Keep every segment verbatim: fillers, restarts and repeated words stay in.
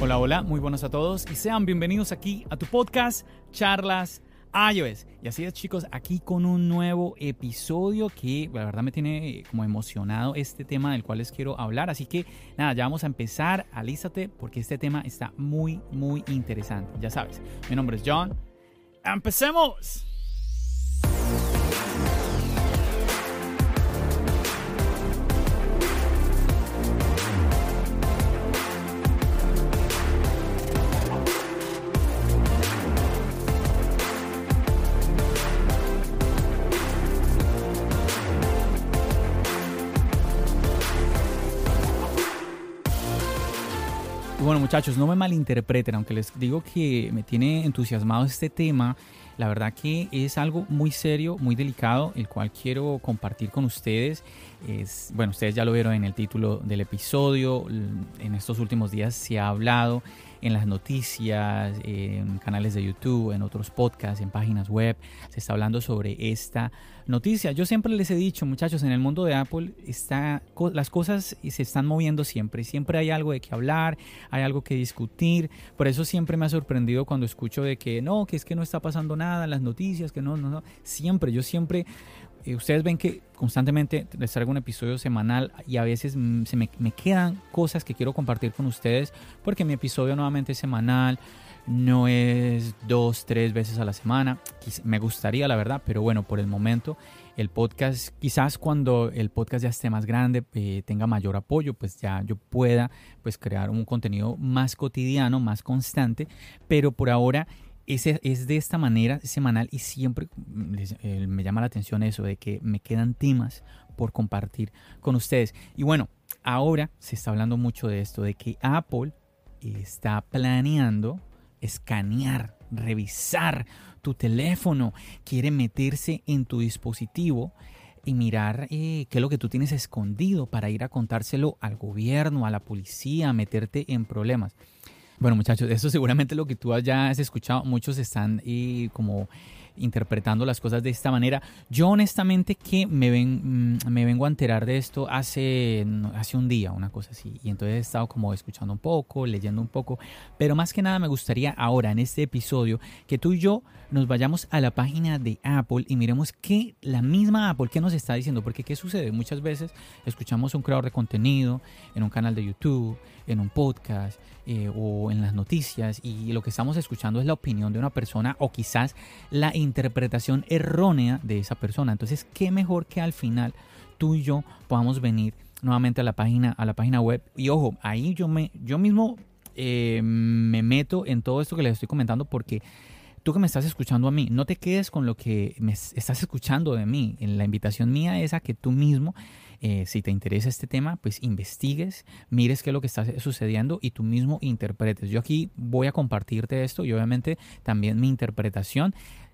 Hola, hola, muy buenos a todos y sean bienvenidos aquí a tu podcast Charlas iOS. Y así es, chicos, aquí con un nuevo episodio que la verdad me tiene como emocionado este tema del cual les quiero hablar. Así que nada, ya vamos a empezar, alístate porque este tema está muy, muy interesante. Ya sabes, mi nombre es John. ¡Empecemos! Bueno, muchachos, no me malinterpreten, aunque les digo que me tiene entusiasmado este tema. La verdad que es algo muy serio, muy delicado, el cual quiero compartir con ustedes. Es, bueno, ustedes ya lo vieron en el título del episodio. En estos últimos días se ha hablado en las noticias, en canales de YouTube, en otros podcasts, en páginas web. Se está hablando sobre esta noticia. Yo siempre les he dicho, muchachos, en el mundo de Apple está, las cosas se están moviendo siempre. Siempre hay algo de qué hablar, hay algo que discutir. Por eso siempre me ha sorprendido cuando escucho de que no, que es que no está pasando nada en las noticias, que no, no, no. Siempre, yo siempre... Eh, ustedes ven que constantemente les traigo un episodio semanal y a veces mm, se me, me quedan cosas que quiero compartir con ustedes porque mi episodio nuevamente es semanal, no es dos, tres veces a la semana. Me gustaría, la verdad, pero bueno, por el momento el podcast, quizás cuando el podcast ya esté más grande, eh, tenga mayor apoyo, pues ya yo pueda pues crear un contenido más cotidiano, más constante, pero por ahora Es, es de esta manera semanal y siempre les, eh, me llama la atención eso de que me quedan temas por compartir con ustedes. Y bueno, ahora se está hablando mucho de esto, de que Apple está planeando escanear, revisar tu teléfono, quiere meterse en tu dispositivo y mirar eh, qué es lo que tú tienes escondido para ir a contárselo al gobierno, a la policía, a meterte en problemas. Bueno, muchachos, eso seguramente es lo que tú ya has escuchado. Muchos están eh, como interpretando las cosas de esta manera. Yo honestamente que me, ven, me vengo a enterar de esto hace, hace un día, una cosa así. Y entonces he estado como escuchando un poco, leyendo un poco. Pero más que nada me gustaría ahora en este episodio que tú y yo nos vayamos a la página de Apple y miremos qué la misma Apple qué nos está diciendo. Porque ¿qué sucede? Muchas veces escuchamos un creador de contenido en un canal de YouTube, en un podcast eh, o en las noticias y lo que estamos escuchando es la opinión de una persona o quizás la interpretación errónea de esa persona. Entonces, qué mejor que al final tú y yo podamos venir nuevamente a la página, a la página web. Y ojo, ahí yo, me, yo mismo eh, me meto en todo esto que les estoy comentando porque tú que me estás escuchando a mí, no te quedes con lo que me estás escuchando de mí. La invitación mía es a que tú mismo, eh, si te interesa este tema, pues investigues, mires qué es lo que está sucediendo y tú mismo interpretes. Yo aquí voy a compartirte esto y obviamente también mi interpretación.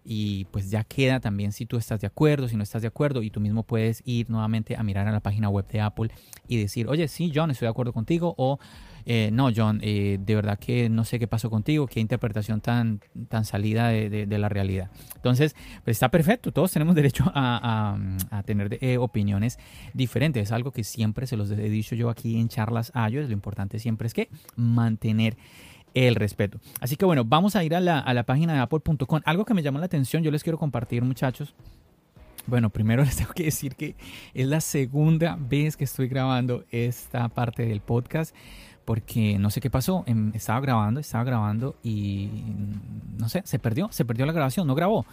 Y pues ya queda también si tú estás de acuerdo, si no estás de acuerdo y tú mismo puedes ir nuevamente a mirar a la página web de Apple y decir, oye, sí, John, estoy de acuerdo contigo o eh, no, John, eh, de verdad que no sé qué pasó contigo, qué interpretación tan, tan salida de, de, de la realidad. Entonces, pues está perfecto, todos tenemos derecho a, a, a tener eh, opiniones diferentes, es algo que siempre se los he dicho yo aquí en Charlas iOS, lo importante siempre es que mantener el respeto. Así que bueno, vamos a ir a la, a la página de apple punto com. Algo que me llamó la atención, yo les quiero compartir, muchachos. Bueno, primero les tengo que decir que es la segunda vez que estoy grabando esta parte del podcast porque no sé qué pasó. Estaba grabando, estaba grabando y no sé, se perdió, se perdió la grabación, no grabó.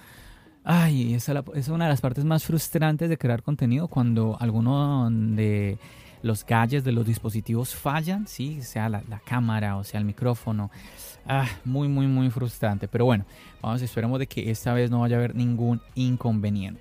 Ay, esa es, la, es una de las partes más frustrantes de crear contenido cuando alguno de los gadgets de los dispositivos fallan, sí, sea la, la cámara o sea el micrófono. Ah, muy, muy, muy frustrante. Pero bueno, vamos, esperemos de que esta vez no vaya a haber ningún inconveniente.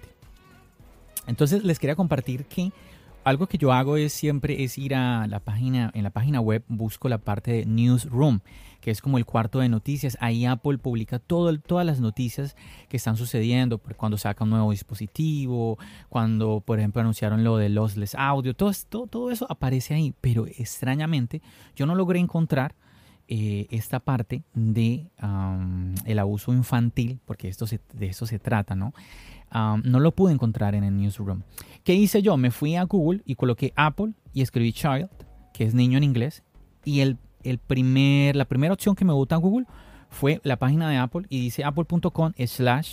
Entonces les quería compartir que algo que yo hago es siempre es ir a la página, en la página web busco la parte de Newsroom, que es como el cuarto de noticias. Ahí Apple publica todo, todas las noticias que están sucediendo, cuando saca un nuevo dispositivo, cuando por ejemplo anunciaron lo de Lossless Audio, todo, todo, todo eso aparece ahí, pero extrañamente yo no logré encontrar eh, esta parte de um, el abuso infantil, porque esto se, de eso se trata, ¿no? Um, no lo pude encontrar en el Newsroom. ¿Qué hice yo? Me fui a Google y coloqué Apple y escribí child, que es niño en inglés, y el el primer, la primera opción que me bota en Google fue la página de Apple y dice apple.com slash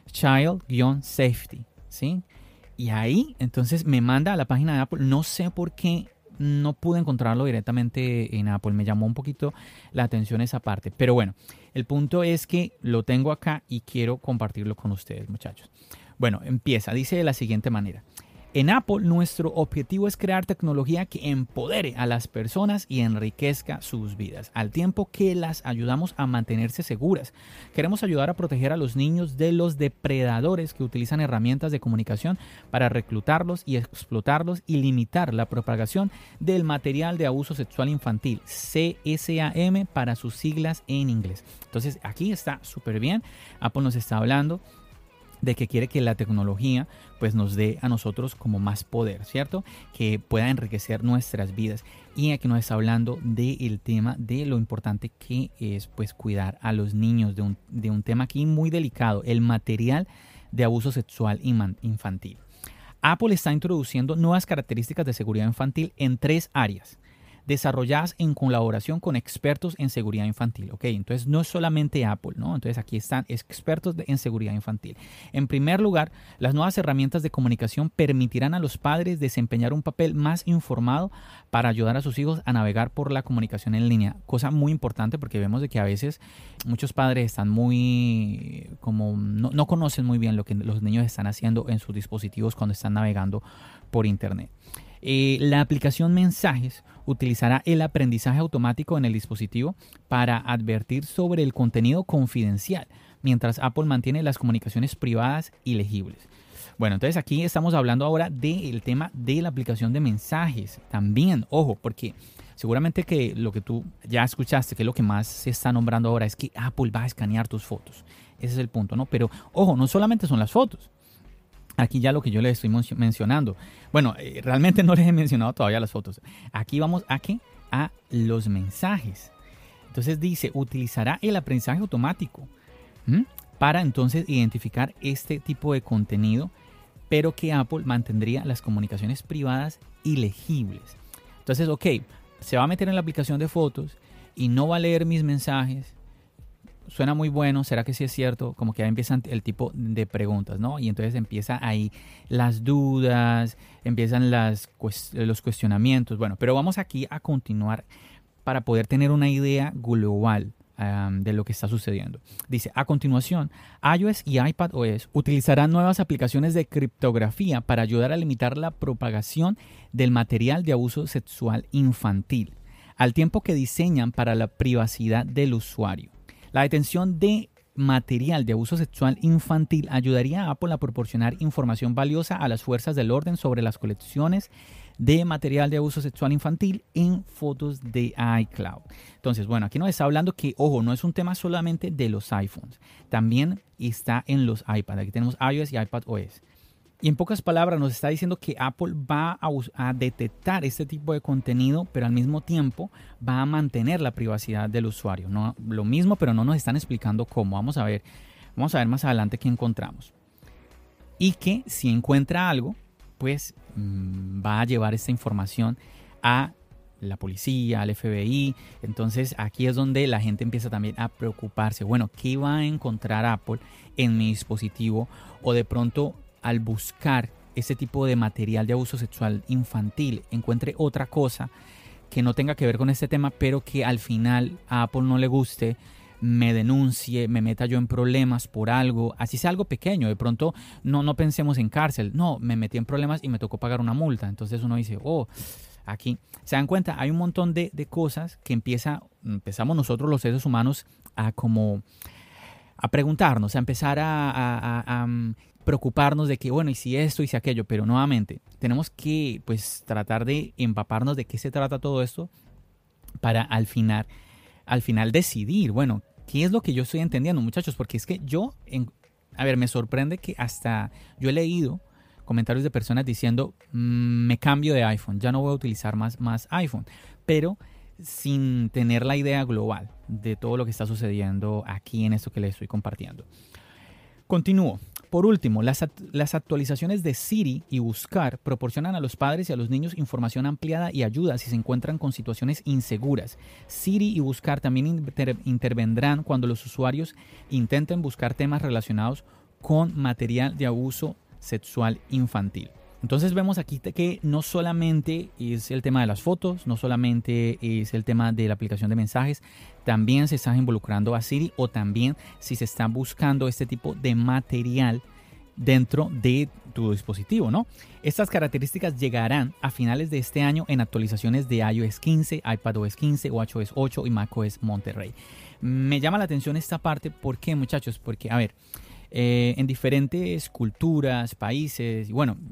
child-safety, ¿sí? Y ahí entonces me manda a la página de Apple. No sé por qué no pude encontrarlo directamente en Apple. Me llamó un poquito la atención esa parte. Pero bueno, el punto es que lo tengo acá y quiero compartirlo con ustedes, muchachos. Bueno, empieza. Dice de la siguiente manera. En Apple, nuestro objetivo es crear tecnología que empodere a las personas y enriquezca sus vidas, al tiempo que las ayudamos a mantenerse seguras. Queremos ayudar a proteger a los niños de los depredadores que utilizan herramientas de comunicación para reclutarlos y explotarlos y limitar la propagación del material de abuso sexual infantil, C S A M para sus siglas en inglés. Entonces, aquí está súper bien. Apple nos está hablando de que quiere que la tecnología pues nos dé a nosotros como más poder, ¿cierto? Que pueda enriquecer nuestras vidas. Y aquí nos está hablando del tema de lo importante que es pues cuidar a los niños de un, de un tema aquí muy delicado, el material de abuso sexual infantil. Apple está introduciendo nuevas características de seguridad infantil en tres áreas, desarrolladas en colaboración con expertos en seguridad infantil. Ok, entonces no es solamente Apple, ¿no? Entonces aquí están expertos de, en seguridad infantil. En primer lugar, las nuevas herramientas de comunicación permitirán a los padres desempeñar un papel más informado para ayudar a sus hijos a navegar por la comunicación en línea. Cosa muy importante porque vemos de que a veces muchos padres están muy, como no, no conocen muy bien lo que los niños están haciendo en sus dispositivos cuando están navegando por internet. Eh, la aplicación Mensajes utilizará el aprendizaje automático en el dispositivo para advertir sobre el contenido confidencial, mientras Apple mantiene las comunicaciones privadas y legibles. Bueno, entonces aquí estamos hablando ahora del tema de la aplicación de Mensajes. También, ojo, porque seguramente que lo que tú ya escuchaste, que es lo que más se está nombrando ahora, es que Apple va a escanear tus fotos. Ese es el punto, ¿no? Pero, ojo, no solamente son las fotos. Aquí ya lo que yo les estoy mencionando. Bueno, eh, realmente no les he mencionado todavía las fotos. Aquí vamos a ¿qué? A los mensajes. Entonces dice, utilizará el aprendizaje automático ¿m? para entonces identificar este tipo de contenido, pero que Apple mantendría las comunicaciones privadas y legibles. Entonces, ok, se va a meter en la aplicación de fotos y no va a leer mis mensajes. Suena muy bueno, ¿será que sí es cierto? Como que ahí empiezan el tipo de preguntas, ¿no? Y entonces empieza ahí las dudas, empiezan las, los cuestionamientos. Bueno, pero vamos aquí a continuar para poder tener una idea global um, de lo que está sucediendo. Dice, a continuación, iOS y iPadOS utilizarán nuevas aplicaciones de criptografía para ayudar a limitar la propagación del material de abuso sexual infantil, al tiempo que diseñan para la privacidad del usuario. La detención de material de abuso sexual infantil ayudaría a Apple a proporcionar información valiosa a las fuerzas del orden sobre las colecciones de material de abuso sexual infantil en fotos de iCloud. Entonces, bueno, aquí nos está hablando que, ojo, no es un tema solamente de los iPhones, también está en los iPads. Aquí tenemos iOS y iPadOS. Y en pocas palabras nos está diciendo que Apple va a, a detectar este tipo de contenido, pero al mismo tiempo va a mantener la privacidad del usuario. No, lo mismo, pero no nos están explicando cómo. Vamos a ver, vamos a ver más adelante qué encontramos. Y que si encuentra algo, pues mmm, va a llevar esta información a la policía, al F B I. Entonces aquí es donde la gente empieza también a preocuparse. Bueno, ¿qué va a encontrar Apple en mi dispositivo? O de pronto, al buscar ese tipo de material de abuso sexual infantil, encuentre otra cosa que no tenga que ver con este tema, pero que al final a Apple no le guste, me denuncie, me meta yo en problemas por algo, así sea algo pequeño. De pronto no, no pensemos en cárcel, no, me metí en problemas y me tocó pagar una multa. Entonces uno dice, oh, aquí, ¿se dan cuenta? Hay un montón de, de cosas que empieza, empezamos nosotros los seres humanos a como a preguntarnos, a empezar a, a, a, a preocuparnos de que, bueno, y si esto y si aquello, pero nuevamente tenemos que pues tratar de empaparnos de qué se trata todo esto para al final, al final decidir, bueno, qué es lo que yo estoy entendiendo, muchachos, porque es que yo, en, a ver, me sorprende que hasta yo he leído comentarios de personas diciendo, mmm, me cambio de iPhone, ya no voy a utilizar más, más iPhone, pero sin tener la idea global de todo lo que está sucediendo aquí en esto que les estoy compartiendo. Continúo. Por último, las, las actualizaciones de Siri y Buscar proporcionan a los padres y a los niños información ampliada y ayuda si se encuentran con situaciones inseguras. Siri y Buscar también inter intervendrán cuando los usuarios intenten buscar temas relacionados con material de abuso sexual infantil. Entonces vemos aquí que no solamente es el tema de las fotos, no solamente es el tema de la aplicación de mensajes, también se está involucrando a Siri o también si se está buscando este tipo de material dentro de tu dispositivo, ¿no? Estas características llegarán a finales de este año en actualizaciones de iOS quince, iPadOS quince, watchOS ocho y macOS Monterrey. Me llama la atención esta parte, ¿por qué, muchachos? Porque, a ver, eh, en diferentes culturas, países y bueno,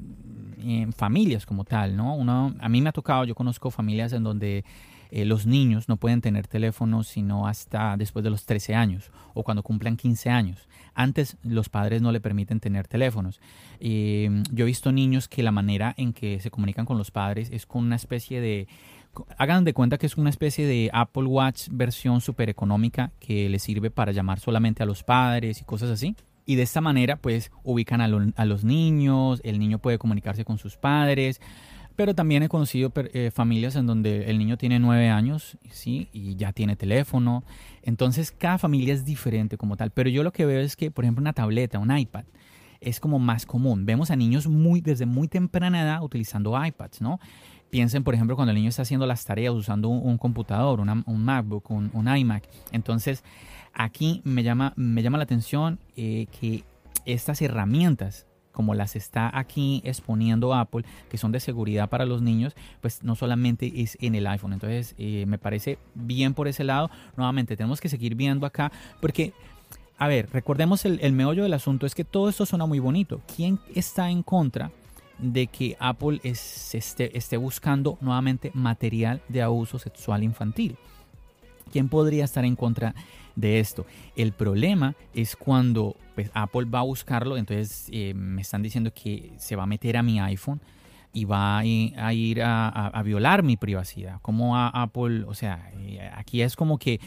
en familias como tal, ¿no? Uno, a mí me ha tocado, yo conozco familias en donde eh, los niños no pueden tener teléfonos sino hasta después de los trece años o cuando cumplan quince años. Antes los padres no le permiten tener teléfonos. Eh, yo he visto niños que la manera en que se comunican con los padres es con una especie de... Hagan de cuenta que es una especie de Apple Watch versión súper económica que les sirve para llamar solamente a los padres y cosas así. Y de esta manera pues ubican a, lo, a los niños, el niño puede comunicarse con sus padres, pero también he conocido eh, familias en donde el niño tiene nueve años, ¿sí? Y ya tiene teléfono. Entonces cada familia es diferente como tal, pero yo lo que veo es que, por ejemplo, una tableta, un iPad, es como más común. Vemos a niños muy, desde muy temprana edad utilizando iPads, ¿no? Piensen, por ejemplo, cuando el niño está haciendo las tareas usando un, un computador, una, un MacBook, un, un iMac. Entonces, aquí me llama, me llama la atención eh, que estas herramientas, como las está aquí exponiendo Apple, que son de seguridad para los niños, pues no solamente es en el iPhone. Entonces, eh, me parece bien por ese lado. Nuevamente, tenemos que seguir viendo acá, porque, a ver, recordemos el, el meollo del asunto, es que todo esto suena muy bonito. ¿Quién está en contra de que Apple es, esté, esté buscando nuevamente material de abuso sexual infantil? ¿Quién podría estar en contra de esto? El problema es cuando pues, Apple va a buscarlo, entonces eh, me están diciendo que se va a meter a mi iPhone y va a ir a, ir a, a, a violar mi privacidad. Como a Apple, o sea, eh, aquí es como que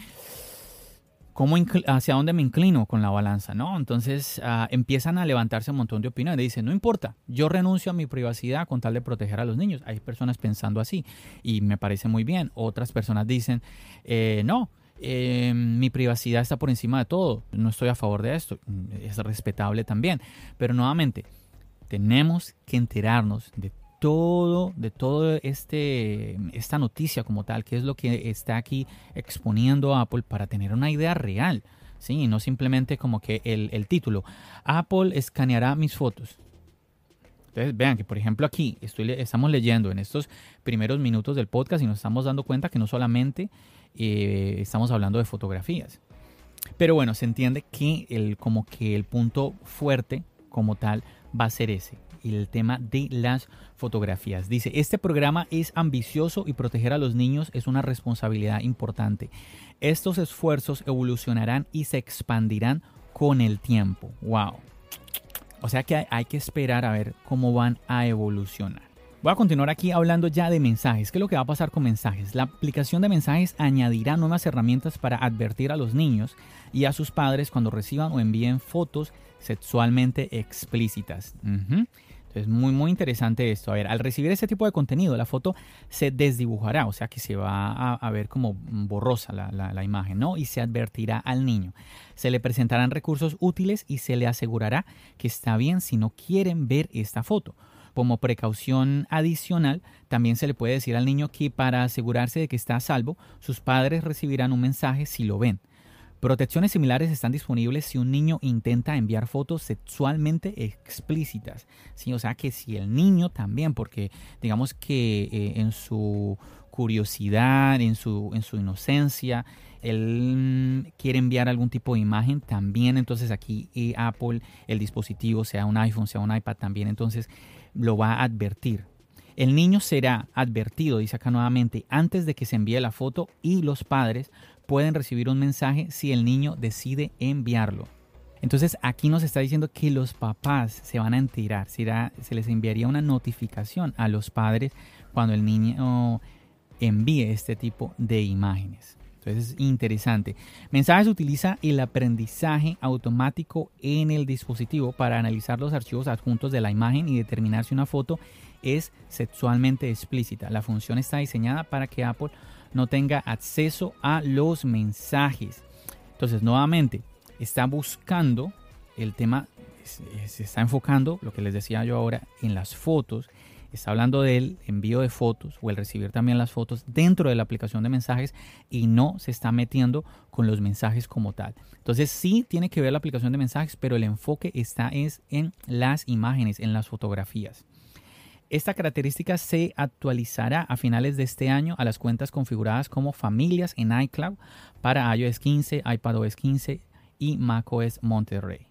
¿cómo hacia dónde me inclino con la balanza, ¿no? Entonces uh, empiezan a levantarse un montón de opiniones. Dicen, no importa, yo renuncio a mi privacidad con tal de proteger a los niños. Hay personas pensando así y me parece muy bien. Otras personas dicen, eh, no, eh, mi privacidad está por encima de todo. No estoy a favor de esto. Es respetable también. Pero nuevamente, tenemos que enterarnos de todo, de todo este, esta noticia como tal, que es lo que está aquí exponiendo Apple para tener una idea real, ¿sí? Y no simplemente como que el, el título, Apple escaneará mis fotos. Entonces vean que por ejemplo aquí estoy, estamos leyendo en estos primeros minutos del podcast y nos estamos dando cuenta que no solamente eh, estamos hablando de fotografías. Pero bueno, se entiende que el, como que el punto fuerte como tal va a ser ese, el tema de las fotografías. Dice, este programa es ambicioso y proteger a los niños es una responsabilidad importante. Estos esfuerzos evolucionarán y se expandirán con el tiempo. ¡Wow! O sea que hay, hay que esperar a ver cómo van a evolucionar. Voy a continuar aquí hablando ya de mensajes. ¿Qué es lo que va a pasar con mensajes? La aplicación de mensajes añadirá nuevas herramientas para advertir a los niños y a sus padres cuando reciban o envíen fotos sexualmente explícitas. Uh-huh. Es muy, muy interesante esto. A ver, al recibir este tipo de contenido, la foto se desdibujará, o sea que se va a, a ver como borrosa la, la, la imagen, ¿no? Y se advertirá al niño. Se le presentarán recursos útiles y se le asegurará que está bien si no quieren ver esta foto. Como precaución adicional, también se le puede decir al niño que para asegurarse de que está a salvo, sus padres recibirán un mensaje si lo ven. Protecciones similares están disponibles si un niño intenta enviar fotos sexualmente explícitas, ¿sí? O sea que si el niño también, porque digamos que eh, en su curiosidad, en su, en su inocencia, él quiere enviar algún tipo de imagen, también entonces aquí eh, Apple, el dispositivo, sea un iPhone, sea un iPad, también entonces lo va a advertir. El niño será advertido, dice acá nuevamente, antes de que se envíe la foto y los padres pueden recibir un mensaje si el niño decide enviarlo. Entonces aquí nos está diciendo que los papás se van a enterar, será, se les enviaría una notificación a los padres cuando el niño envíe este tipo de imágenes. Entonces es interesante. Mensajes utiliza el aprendizaje automático en el dispositivo para analizar los archivos adjuntos de la imagen y determinar si una foto es sexualmente explícita. La función está diseñada para que Apple no tenga acceso a los mensajes. Entonces, nuevamente, está buscando el tema, se está enfocando, lo que les decía yo ahora, en las fotos. Está hablando del envío de fotos o el recibir también las fotos dentro de la aplicación de mensajes y no se está metiendo con los mensajes como tal. Entonces sí tiene que ver la aplicación de mensajes, pero el enfoque está es en las imágenes, en las fotografías. Esta característica se actualizará a finales de este año a las cuentas configuradas como familias en iCloud para iOS quince, iPadOS quince y macOS Monterey.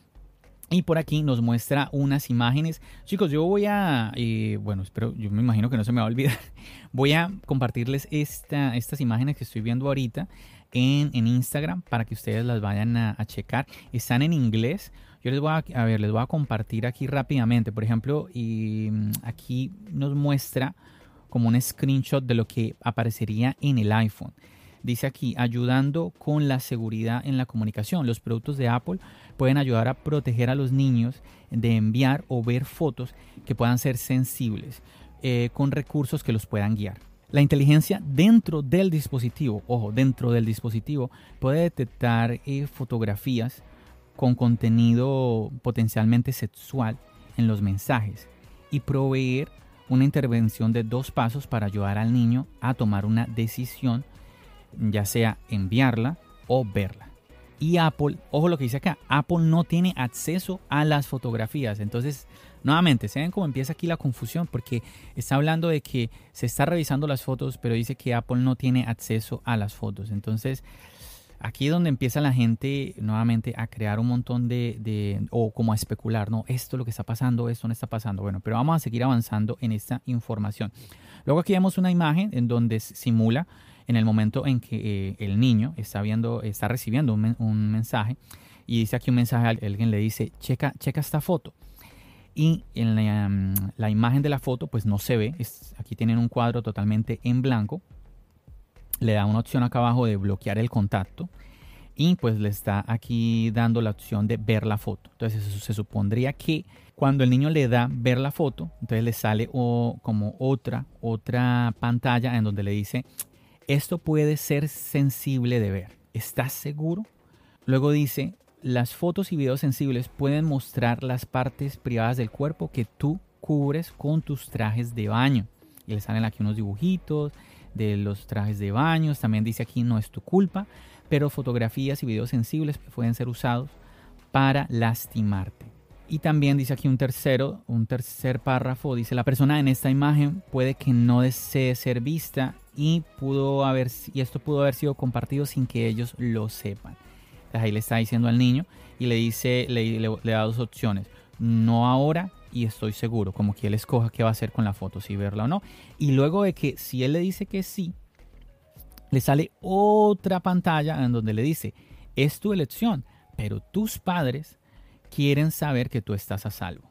Y por aquí nos muestra unas imágenes. Chicos, yo voy a, eh, bueno, espero, yo me imagino que no se me va a olvidar. Voy a compartirles esta, estas imágenes que estoy viendo ahorita en, en Instagram para que ustedes las vayan a, a checar. Están en inglés. Yo les voy a, a ver, les voy a compartir aquí rápidamente. Por ejemplo, y aquí nos muestra como un screenshot de lo que aparecería en el iPhone. Dice aquí, ayudando con la seguridad en la comunicación. Los productos de Apple pueden ayudar a proteger a los niños de enviar o ver fotos que puedan ser sensibles eh, con recursos que los puedan guiar. La inteligencia dentro del dispositivo, ojo, dentro del dispositivo, puede detectar eh, fotografías con contenido potencialmente sexual en los mensajes y proveer una intervención de dos pasos para ayudar al niño a tomar una decisión, ya sea enviarla o verla. Y Apple, ojo lo que dice acá, Apple no tiene acceso a las fotografías. Entonces, nuevamente, ¿se ven cómo empieza aquí la confusión? Porque está hablando de que se está revisando las fotos, pero dice que Apple no tiene acceso a las fotos. Entonces, aquí es donde empieza la gente nuevamente a crear un montón de, de, o como a especular, ¿no? Esto es lo que está pasando, esto no está pasando. Bueno, pero vamos a seguir avanzando en esta información. Luego aquí vemos una imagen en donde simula en el momento en que eh, el niño está viendo, está recibiendo un, un mensaje y dice aquí un mensaje, alguien le dice, checa, checa esta foto. Y en la, um, la imagen de la foto pues no se ve, es, aquí tienen un cuadro totalmente en blanco. Le da una opción acá abajo de bloquear el contacto y pues le está aquí dando la opción de ver la foto. Entonces eso se supondría que cuando el niño le da ver la foto, entonces le sale o, como otra, otra pantalla en donde le dice, esto puede ser sensible de ver. ¿Estás seguro? Luego dice, las fotos y videos sensibles pueden mostrar las partes privadas del cuerpo que tú cubres con tus trajes de baño. Y le salen aquí unos dibujitos de los trajes de baño. También dice aquí, no es tu culpa, pero fotografías y videos sensibles pueden ser usados para lastimarte. Y también dice aquí un tercero, un tercer párrafo, dice, la persona en esta imagen puede que no desee ser vista y, pudo haber, y esto pudo haber sido compartido sin que ellos lo sepan. Entonces ahí le está diciendo al niño y le dice, le, le, le da dos opciones, no ahora y estoy seguro, como que él escoja qué va a hacer con la foto, si verla o no. Y luego de que si él le dice que sí, le sale otra pantalla en donde le dice, es tu elección, pero tus padres quieren saber que tú estás a salvo.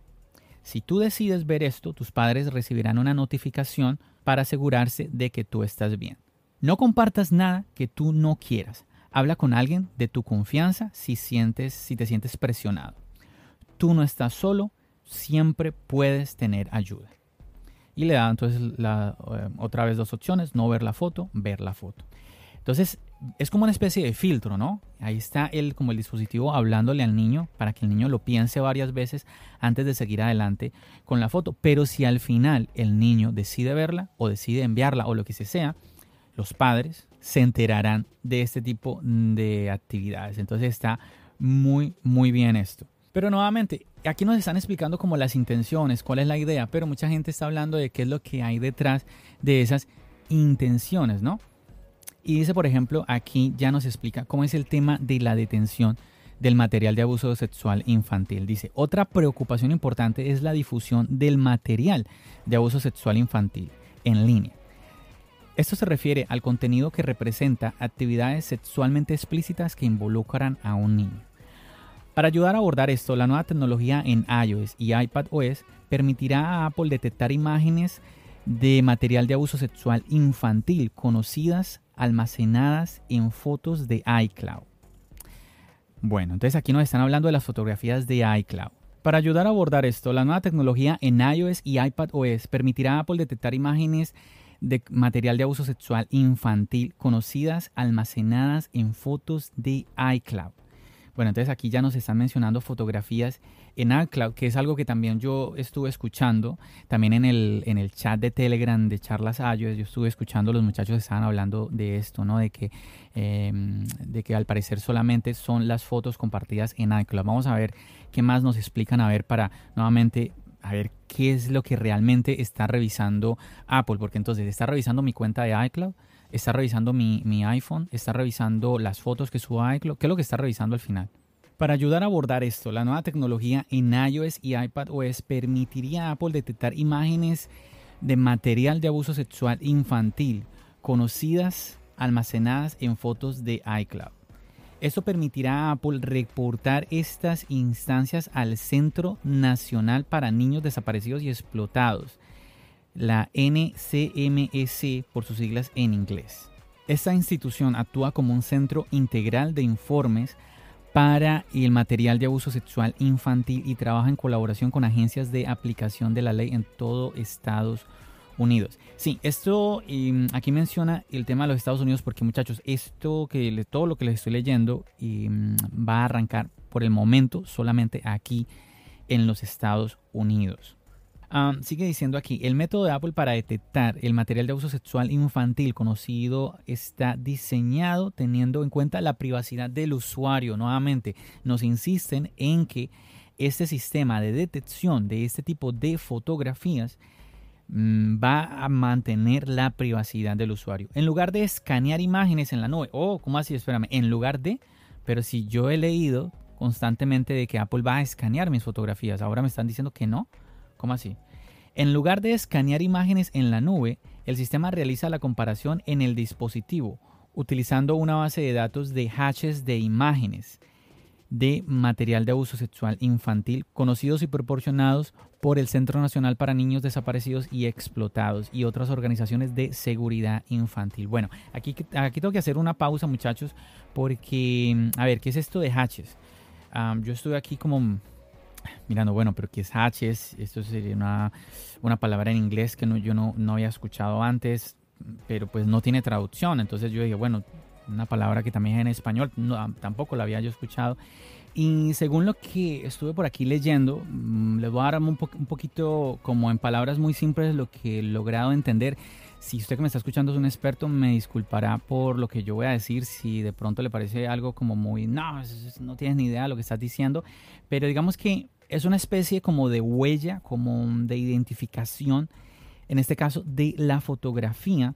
Si tú decides ver esto, tus padres recibirán una notificación para asegurarse de que tú estás bien. No compartas nada que tú no quieras. Habla con alguien de tu confianza si, sientes, si te sientes presionado. Tú no estás solo, siempre puedes tener ayuda. Y le da entonces la, eh, otra vez dos opciones, no ver la foto, ver la foto. Entonces es como una especie de filtro, ¿no? Ahí está el, como el dispositivo hablándole al niño para que el niño lo piense varias veces antes de seguir adelante con la foto. Pero si al final el niño decide verla o decide enviarla o lo que sea, los padres se enterarán de este tipo de actividades. Entonces está muy, muy bien esto. Pero nuevamente, aquí nos están explicando como las intenciones, cuál es la idea, pero mucha gente está hablando de qué es lo que hay detrás de esas intenciones, ¿no? Y dice, por ejemplo, aquí ya nos explica cómo es el tema de la detención del material de abuso sexual infantil. Dice, otra preocupación importante es la difusión del material de abuso sexual infantil en línea. Esto se refiere al contenido que representa actividades sexualmente explícitas que involucran a un niño. Para ayudar a abordar esto, la nueva tecnología en iOS y iPadOS permitirá a Apple detectar imágenes de material de abuso sexual infantil conocidas almacenadas en fotos de iCloud. Bueno, entonces aquí nos están hablando de las fotografías de iCloud. Para ayudar a abordar esto, la nueva tecnología en iOS y iPadOS permitirá a Apple detectar imágenes de material de abuso sexual infantil conocidas almacenadas en fotos de iCloud. Bueno, entonces aquí ya nos están mencionando fotografías en iCloud, que es algo que también yo estuve escuchando, también en el, en el chat de Telegram de Charlas iOS, yo estuve escuchando, los muchachos estaban hablando de esto, ¿no? De que, eh, de que al parecer solamente son las fotos compartidas en iCloud. Vamos a ver qué más nos explican, a ver, para nuevamente, a ver qué es lo que realmente está revisando Apple, porque entonces está revisando mi cuenta de iCloud, está revisando mi, mi iPhone, está revisando las fotos que subo a iCloud. ¿Qué es lo que está revisando al final? Para ayudar a abordar esto, la nueva tecnología en iOS y iPadOS permitiría a Apple detectar imágenes de material de abuso sexual infantil conocidas almacenadas en fotos de iCloud. Esto permitirá a Apple reportar estas instancias al Centro Nacional para Niños Desaparecidos y Explotados, la N C M E C por sus siglas en inglés. Esta institución actúa como un centro integral de informes para el material de abuso sexual infantil y trabaja en colaboración con agencias de aplicación de la ley en todo Estados Unidos. Sí, esto eh, aquí menciona el tema de los Estados Unidos porque, muchachos, esto que todo lo que les estoy leyendo eh, va a arrancar por el momento solamente aquí en los Estados Unidos. Um, sigue diciendo aquí, el método de Apple para detectar el material de abuso sexual infantil conocido está diseñado teniendo en cuenta la privacidad del usuario. Nuevamente, nos insisten en que este sistema de detección de este tipo de fotografías mmm, va a mantener la privacidad del usuario. En lugar de escanear imágenes en la nube, oh, ¿cómo así? Espérame, en lugar de, pero si yo he leído constantemente de que Apple va a escanear mis fotografías, ahora me están diciendo que no. ¿Cómo así? En lugar de escanear imágenes en la nube, el sistema realiza la comparación en el dispositivo, utilizando una base de datos de hashes de imágenes de material de abuso sexual infantil, conocidos y proporcionados por el Centro Nacional para Niños Desaparecidos y Explotados y otras organizaciones de seguridad infantil. Bueno, aquí, aquí tengo que hacer una pausa, muchachos, porque, a ver, ¿qué es esto de hashes? Um, yo estuve aquí como mirando, bueno, pero ¿qué es hashes? Esto sería una, una palabra en inglés que no, yo no, no había escuchado antes, pero pues no tiene traducción. Entonces yo dije, bueno, una palabra que también es en español, no, tampoco la había yo escuchado. Y según lo que estuve por aquí leyendo, mmm, les voy a dar un, po- un poquito como en palabras muy simples lo que he logrado entender. Si usted que me está escuchando es un experto, me disculpará por lo que yo voy a decir. Si de pronto le parece algo como muy, no, no tienes ni idea de lo que estás diciendo. Pero digamos que es una especie como de huella, como de identificación, en este caso de la fotografía,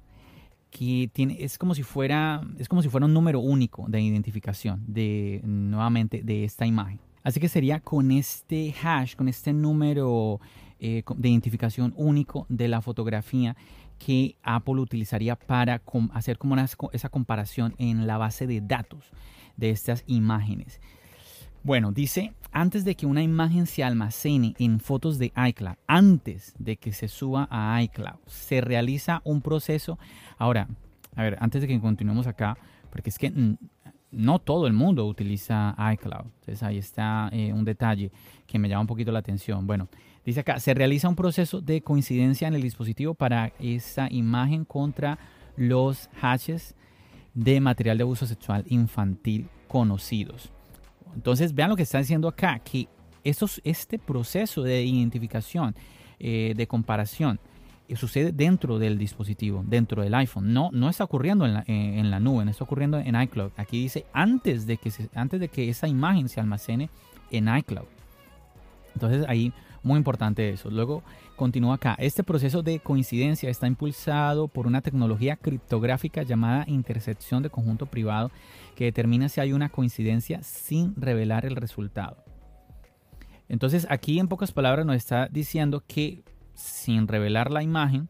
que tiene, es como si fuera, es como si fuera un número único de identificación de, nuevamente, de esta imagen. Así que sería con este hash, con este número eh, de identificación único de la fotografía que Apple utilizaría para com- hacer como una, esa comparación en la base de datos de estas imágenes. Bueno, dice, antes de que una imagen se almacene en fotos de iCloud, antes de que se suba a iCloud, se realiza un proceso. Ahora, a ver, antes de que continuemos acá, porque es que mm, no todo el mundo utiliza iCloud. Entonces ahí está eh, un detalle que me llama un poquito la atención. Bueno, dice acá, se realiza un proceso de coincidencia en el dispositivo para esa imagen contra los hashes de material de abuso sexual infantil conocidos. Entonces, vean lo que está diciendo acá, que estos, este proceso de identificación, eh, de comparación, eh, sucede dentro del dispositivo, dentro del iPhone. No, no está ocurriendo en la, eh, en la nube, no está ocurriendo en iCloud. Aquí dice antes de, que se, antes de que esa imagen se almacene en iCloud. Entonces, ahí, muy importante eso. Luego, continúa acá. Este proceso de coincidencia está impulsado por una tecnología criptográfica llamada intersección de conjunto privado que determina si hay una coincidencia sin revelar el resultado. Entonces, aquí en pocas palabras nos está diciendo que sin revelar la imagen,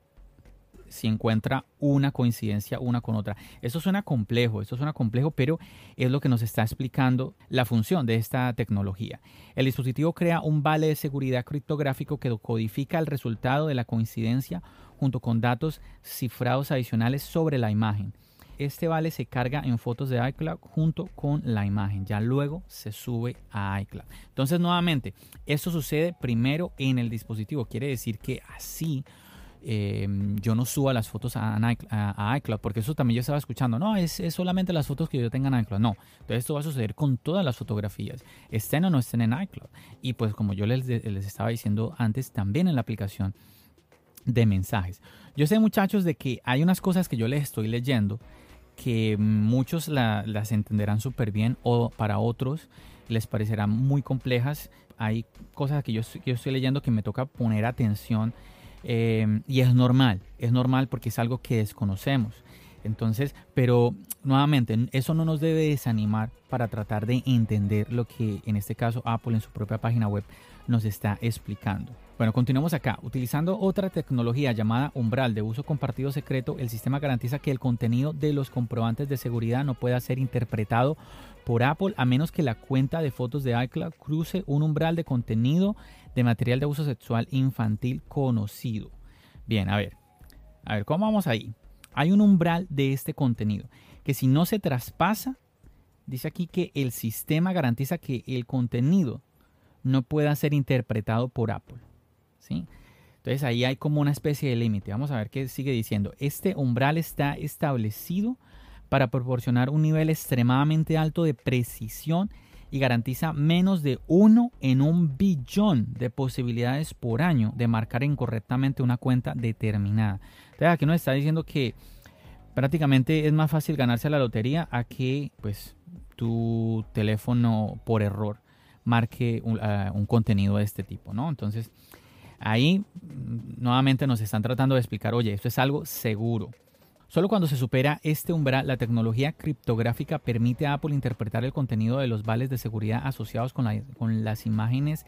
se encuentra una coincidencia una con otra. Esto suena complejo, esto suena complejo, pero es lo que nos está explicando la función de esta tecnología. El dispositivo crea un vale de seguridad criptográfico que codifica el resultado de la coincidencia junto con datos cifrados adicionales sobre la imagen. este vale se carga en fotos de iCloud junto con la imagen. Ya luego se sube a iCloud. Entonces, nuevamente, esto sucede primero en el dispositivo. Quiere decir que así eh, yo no suba las fotos a, a, a iCloud, porque eso también yo estaba escuchando. No, es, es solamente las fotos que yo tenga en iCloud. No, entonces esto va a suceder con todas las fotografías, estén o no estén en iCloud. Y pues como yo les, les estaba diciendo antes, también en la aplicación de mensajes. Yo sé, muchachos, de que hay unas cosas que yo les estoy leyendo que muchos la, las entenderán súper bien, o para otros les parecerán muy complejas. Hay cosas que yo, que yo estoy leyendo que me toca poner atención, eh, y es normal, es normal porque es algo que desconocemos. Entonces, pero nuevamente, eso no nos debe desanimar para tratar de entender lo que en este caso Apple en su propia página web nos está explicando. Bueno, continuamos acá. Utilizando otra tecnología llamada umbral de uso compartido secreto, el sistema garantiza que el contenido de los comprobantes de seguridad no pueda ser interpretado por Apple a menos que la cuenta de fotos de iCloud cruce un umbral de contenido de material de uso sexual infantil conocido. Bien, a ver, a ver, ¿cómo vamos ahí? Hay un umbral de este contenido que si no se traspasa, dice aquí que el sistema garantiza que el contenido no pueda ser interpretado por Apple, ¿sí? Entonces ahí hay como una especie de límite. Vamos a ver qué sigue diciendo. Este umbral está establecido para proporcionar un nivel extremadamente alto de precisión y garantiza menos de uno en un billón de posibilidades por año de marcar incorrectamente una cuenta determinada. Entonces aquí nos está diciendo que prácticamente es más fácil ganarse la lotería a que pues tu teléfono por error marque un, uh, un contenido de este tipo, ¿no? Entonces ahí nuevamente nos están tratando de explicar, oye, esto es algo seguro. Solo cuando se supera este umbral, la tecnología criptográfica permite a Apple interpretar el contenido de los vales de seguridad asociados con, la, con las imágenes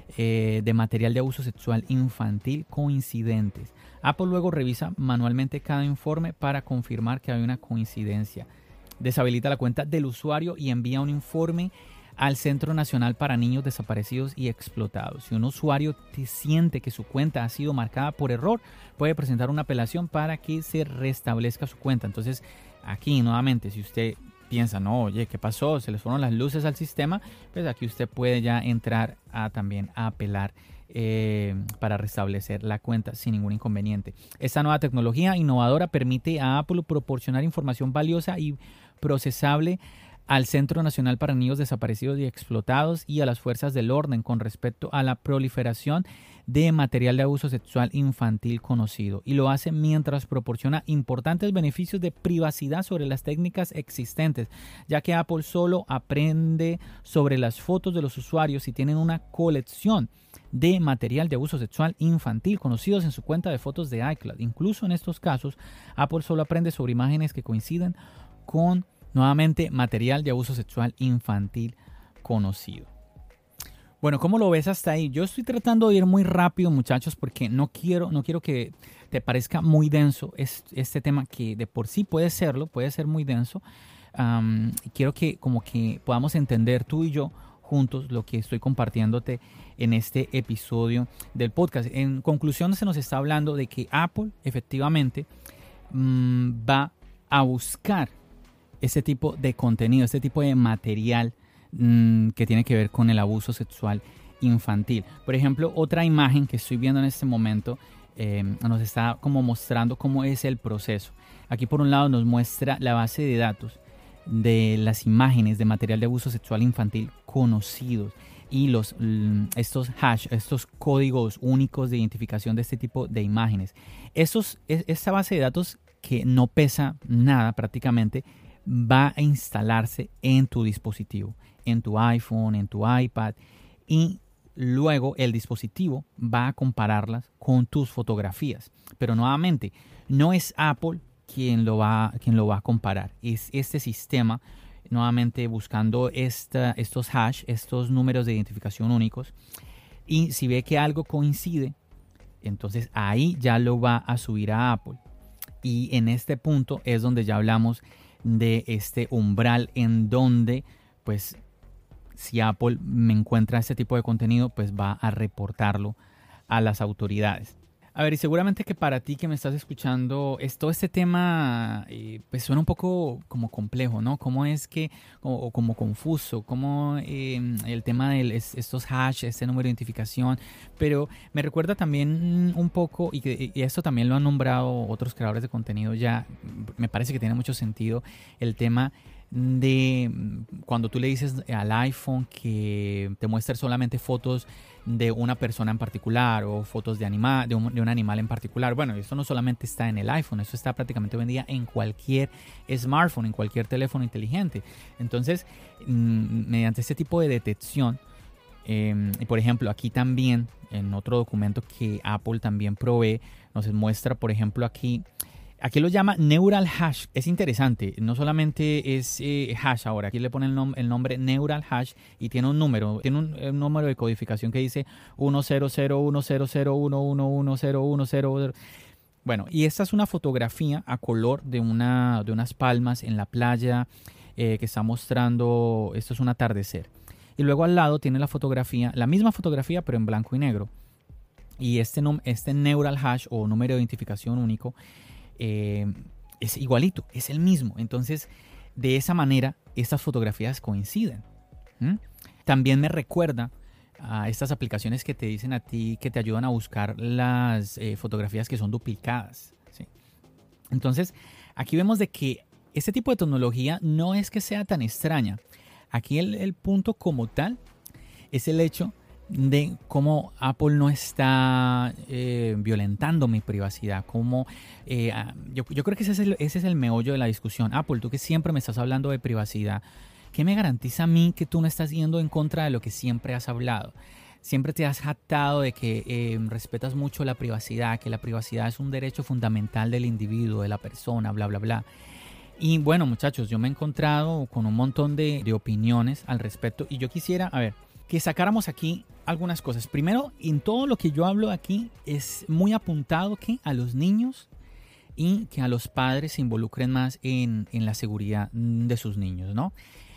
eh, de material de abuso sexual infantil coincidentes. Apple luego revisa manualmente cada informe para confirmar que hay una coincidencia. Deshabilita la cuenta del usuario y envía un informe al Centro Nacional para Niños Desaparecidos y Explotados. Si un usuario siente que su cuenta ha sido marcada por error, puede presentar una apelación para que se restablezca su cuenta. Entonces, aquí nuevamente, si usted piensa, no, oye, ¿qué pasó? Se les fueron las luces al sistema, pues aquí usted puede ya entrar a también a apelar eh, para restablecer la cuenta sin ningún inconveniente. Esta nueva tecnología innovadora permite a Apple proporcionar información valiosa y procesable al Centro Nacional para Niños Desaparecidos y Explotados y a las fuerzas del orden con respecto a la proliferación de material de abuso sexual infantil conocido, y lo hace mientras proporciona importantes beneficios de privacidad sobre las técnicas existentes, ya que Apple solo aprende sobre las fotos de los usuarios si tienen una colección de material de abuso sexual infantil conocidos en su cuenta de fotos de iCloud. Incluso en estos casos, Apple solo aprende sobre imágenes que coinciden con nuevamente material de abuso sexual infantil conocido. Bueno, ¿cómo lo ves hasta ahí? Yo estoy tratando de ir muy rápido, muchachos, porque no quiero, no quiero que te parezca muy denso este, este tema, que de por sí puede serlo, puede ser muy denso. Um, quiero que como que podamos entender tú y yo juntos lo que estoy compartiéndote en este episodio del podcast. En conclusión, se nos está hablando de que Apple efectivamente mmm, va a buscar este tipo de contenido, este tipo de material mmm, que tiene que ver con el abuso sexual infantil. Por ejemplo, otra imagen que estoy viendo en este momento eh, nos está como mostrando cómo es el proceso. Aquí por un lado nos muestra la base de datos de las imágenes de material de abuso sexual infantil conocidos y los, estos hash, estos códigos únicos de identificación de este tipo de imágenes. Estos, esta base de datos que no pesa nada prácticamente, va a instalarse en tu dispositivo, en tu iPhone, en tu iPad, y luego el dispositivo va a compararlas con tus fotografías. Pero nuevamente, no es Apple quien lo va, quien lo va a comparar. Es este sistema, nuevamente buscando esta, estos hash, estos números de identificación únicos, y si ve que algo coincide, entonces ahí ya lo va a subir a Apple. Y en este punto es donde ya hablamos de este umbral en donde, pues, si Apple me encuentra este tipo de contenido, pues va a reportarlo a las autoridades. A ver, y seguramente que para ti que me estás escuchando, es, todo este tema eh, pues suena un poco como complejo, ¿no? ¿Cómo es que, o, o como confuso, cómo eh, el tema de estos hash, este número de identificación, pero me recuerda también un poco, y, que, y esto también lo han nombrado otros creadores de contenido ya, me parece que tiene mucho sentido, el tema de cuando tú le dices al iPhone que te muestre solamente fotos de una persona en particular o fotos de, anima, de, un, de un animal en particular. Bueno, esto no solamente está en el iPhone, esto está prácticamente hoy en día en cualquier smartphone, en cualquier teléfono inteligente. Entonces, mmm, mediante este tipo de detección, eh, y por ejemplo, aquí también, en otro documento que Apple también provee, nos muestra, por ejemplo, aquí Aquí lo llama Neural Hash. Es interesante, no solamente es eh, hash ahora, aquí le ponen el, nom el nombre Neural Hash y tiene un número, tiene un, un número de codificación que dice uno cero cero uno cero cero uno uno uno cero uno cero. Bueno, y esta es una fotografía a color de, una, de unas palmas en la playa eh, que está mostrando, esto es un atardecer. Y luego al lado tiene la fotografía, la misma fotografía pero en blanco y negro. Y este, este Neural Hash o número de identificación único Eh, es igualito, es el mismo. Entonces, de esa manera, estas fotografías coinciden. ¿Mm? También me recuerda a estas aplicaciones que te dicen a ti, que te ayudan a buscar las eh, fotografías que son duplicadas, ¿sí? Entonces, aquí vemos de que este tipo de tecnología no es que sea tan extraña. Aquí el, el punto como tal es el hecho de cómo Apple no está eh, violentando mi privacidad. Cómo, eh, yo, yo creo que ese es, el, ese es el meollo de la discusión. Apple, tú que siempre me estás hablando de privacidad, ¿qué me garantiza a mí que tú no estás yendo en contra de lo que siempre has hablado? Siempre te has jactado de que eh, respetas mucho la privacidad, que la privacidad es un derecho fundamental del individuo, de la persona, bla, bla, bla. Y bueno, muchachos, yo me he encontrado con un montón de, de opiniones al respecto y yo quisiera, a ver, que sacáramos aquí algunas cosas. Primero, en todo lo que yo hablo aquí es muy apuntado que a los niños y que a los padres se involucren más en, en la seguridad de sus niños, ¿no?